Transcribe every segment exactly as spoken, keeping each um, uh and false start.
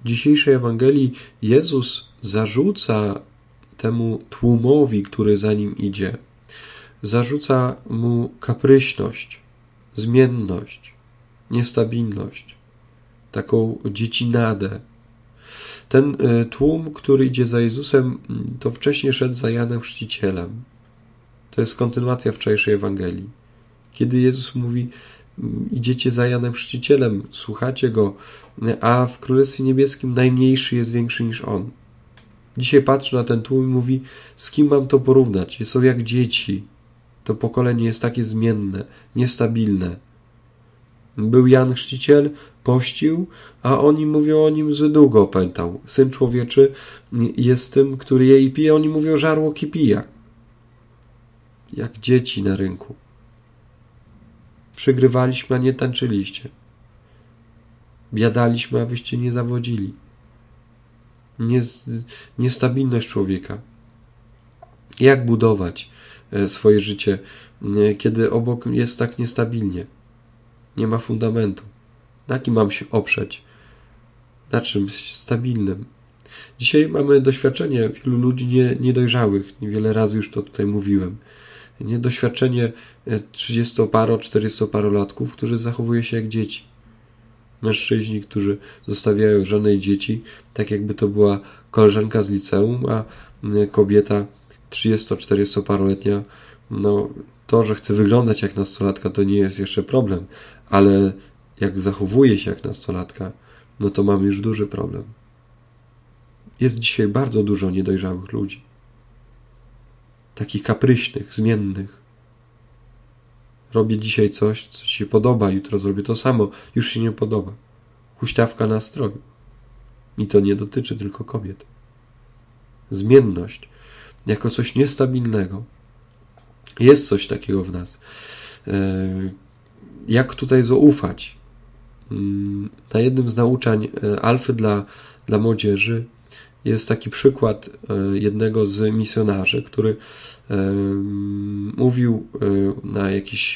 W dzisiejszej Ewangelii Jezus zarzuca temu tłumowi, który za nim idzie, zarzuca mu kapryśność, zmienność, niestabilność, taką dziecinadę. Ten tłum, który idzie za Jezusem, to wcześniej szedł za Janem Chrzcicielem. To jest kontynuacja wczorajszej Ewangelii. Kiedy Jezus mówi, idziecie za Janem Chrzcicielem, słuchacie Go, a w Królestwie Niebieskim najmniejszy jest większy niż On. Dzisiaj patrzy na ten tłum i mówi, z kim mam to porównać? Są jak dzieci. To pokolenie jest takie zmienne, niestabilne. Był Jan Chrzciciel, pościł, a oni mówią o nim, że długo opętał. Syn Człowieczy jest tym, który je i pije, oni mówią, żarłok i pijak. Jak dzieci na rynku. Przygrywaliśmy, a nie tańczyliście. Biadaliśmy, a wyście nie zawodzili. Niestabilność człowieka. Jak budować swoje życie, kiedy obok jest tak niestabilnie? Nie ma fundamentu. Na kim mam się oprzeć? Na czymś stabilnym? Dzisiaj mamy doświadczenie wielu ludzi nie, niedojrzałych. Wiele razy już to tutaj mówiłem. Nie doświadczenie trzydziestoparo, czterdziestoparolatków, którzy zachowują się jak dzieci. Mężczyźni, którzy zostawiają żonę i dzieci, tak jakby to była koleżanka z liceum, a kobieta trzydziesto-czterdziestoparoletnia, no to, że chce wyglądać jak nastolatka, to nie jest jeszcze problem, ale jak zachowuje się jak nastolatka, no to mamy już duży problem. Jest dzisiaj bardzo dużo niedojrzałych ludzi. Takich kapryśnych, zmiennych. Robię dzisiaj coś, co się podoba, jutro zrobię to samo, już się nie podoba. Huśtawka nastroju. I to nie dotyczy tylko kobiet. Zmienność, jako coś niestabilnego. Jest coś takiego w nas. Jak tutaj zaufać? Na jednym z nauczań Alfy dla, dla młodzieży jest taki przykład jednego z misjonarzy, który mówił na jakiś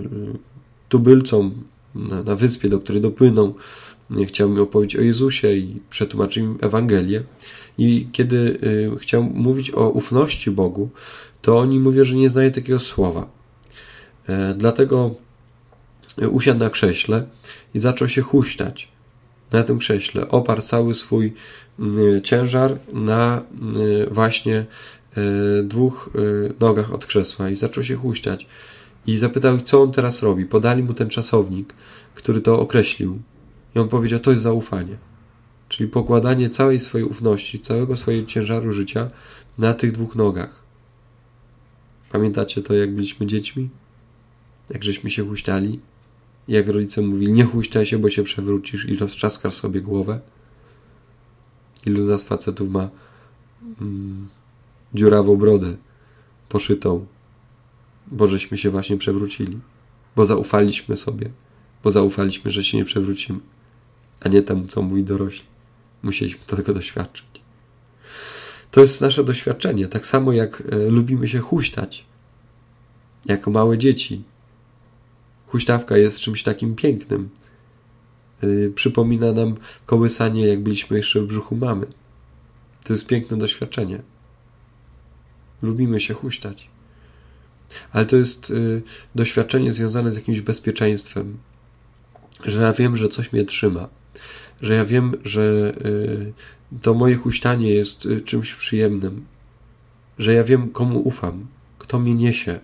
tubylcom na, na wyspie, do której dopłynął. Chciał mi opowiedzieć o Jezusie i przetłumaczył im Ewangelię. I kiedy chciał mówić o ufności Bogu, to oni mówią, że nie znają takiego słowa. Dlatego usiadł na krześle i zaczął się huśtać na tym krześle. Oparł cały swój ciężar na właśnie dwóch nogach od krzesła i zaczął się huśtać. I zapytał ich, co on teraz robi. Podali mu ten czasownik, który to określił. I on powiedział, to jest zaufanie. Czyli pokładanie całej swojej ufności, całego swojego ciężaru życia na tych dwóch nogach. Pamiętacie to, jak byliśmy dziećmi? Jak żeśmy się huśtali? Jak rodzice mówili, nie huśtaj się, bo się przewrócisz i roztrzaskasz sobie głowę? Ilu z nas facetów ma mm, dziurawą brodę poszytą, bo żeśmy się właśnie przewrócili, bo zaufaliśmy sobie, bo zaufaliśmy, że się nie przewrócimy, a nie temu, co mówi dorośli. Musieliśmy tego doświadczyć. To jest nasze doświadczenie, tak samo jak e, lubimy się huśtać, jako małe dzieci. Huśtawka jest czymś takim pięknym. Yy, przypomina nam kołysanie, jak byliśmy jeszcze w brzuchu mamy. To jest piękne doświadczenie. Lubimy się huśtać. Ale to jest yy, doświadczenie związane z jakimś bezpieczeństwem. Że ja wiem, że coś mnie trzyma. Że ja wiem, że yy, to moje huśtanie jest yy, czymś przyjemnym. Że ja wiem, komu ufam. Kto mnie niesie.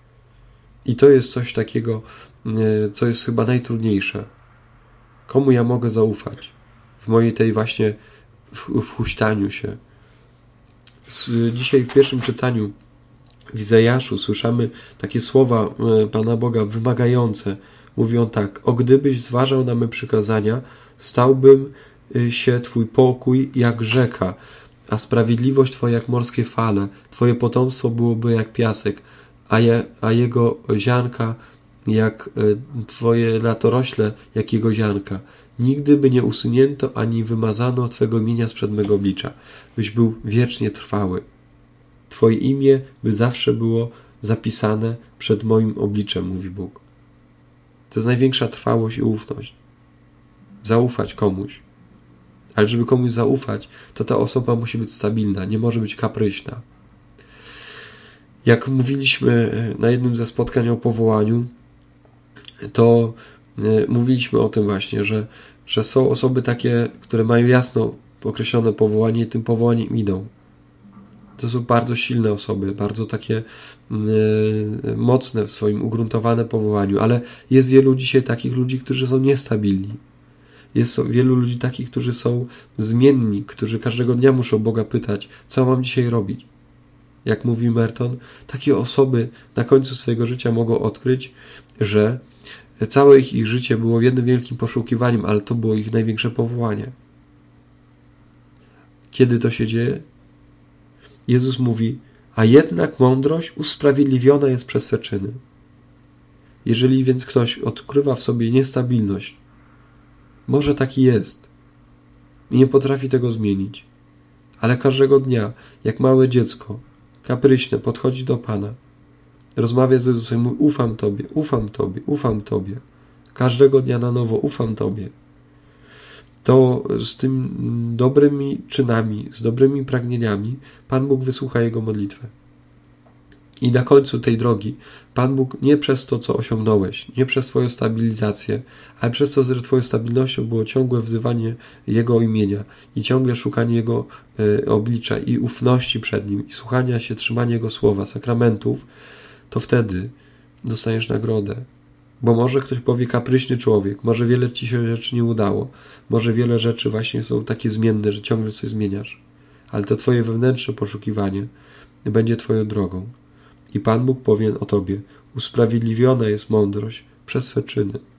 I to jest coś takiego, co jest chyba najtrudniejsze. Komu ja mogę zaufać? W mojej tej właśnie w, w huśtaniu się. Dzisiaj w pierwszym czytaniu w Izajaszu słyszymy takie słowa Pana Boga wymagające. Mówi on tak: o gdybyś zważał na me przykazania, stałbym się Twój pokój jak rzeka, a sprawiedliwość Twoja jak morskie fale. Twoje potomstwo byłoby jak piasek, a, je, a jego ziarnka jak Twoje latorośle, jak jego ziarnka. Nigdy by nie usunięto ani wymazano Twego imienia sprzed mego oblicza, byś był wiecznie trwały. Twoje imię by zawsze było zapisane przed moim obliczem, mówi Bóg. To jest największa trwałość i ufność. Zaufać komuś, Ale żeby komuś zaufać, to ta osoba musi być stabilna, nie może być kapryśna. Jak mówiliśmy na jednym ze spotkań o powołaniu, to mówiliśmy o tym właśnie, że, że są osoby takie, które mają jasno określone powołanie i tym powołaniem idą. To są bardzo silne osoby, bardzo takie yy, mocne w swoim ugruntowane powołaniu, ale jest wielu dzisiaj takich ludzi, którzy są niestabilni. Jest wielu ludzi takich, którzy są zmienni, którzy każdego dnia muszą Boga pytać, co mam dzisiaj robić. Jak mówi Merton, takie osoby na końcu swojego życia mogą odkryć, że całe ich, ich życie było jednym wielkim poszukiwaniem, ale to było ich największe powołanie. Kiedy to się dzieje? Jezus mówi, a jednak mądrość usprawiedliwiona jest przez swe czyny. Jeżeli więc ktoś odkrywa w sobie niestabilność, może taki jest i nie potrafi tego zmienić, ale każdego dnia, jak małe dziecko, kapryśne, podchodzi do Pana, rozmawia z Jezusem, mówi, ufam Tobie, ufam Tobie, ufam Tobie, każdego dnia na nowo ufam Tobie, to z tym dobrymi czynami, z dobrymi pragnieniami Pan Bóg wysłucha jego modlitwę. I na końcu tej drogi Pan Bóg nie przez to, co osiągnąłeś, nie przez Twoją stabilizację, ale przez to, że Twoją stabilnością było ciągłe wzywanie Jego imienia i ciągłe szukanie Jego y, oblicza i ufności przed Nim i słuchania się, trzymania Jego słowa, sakramentów, to wtedy dostaniesz nagrodę. Bo może ktoś powie kapryśny człowiek, może wiele ci się rzeczy nie udało, może wiele rzeczy właśnie są takie zmienne, że ciągle coś zmieniasz. Ale to Twoje wewnętrzne poszukiwanie będzie Twoją drogą. I Pan Bóg powie o Tobie, usprawiedliwiona jest mądrość przez swe czyny.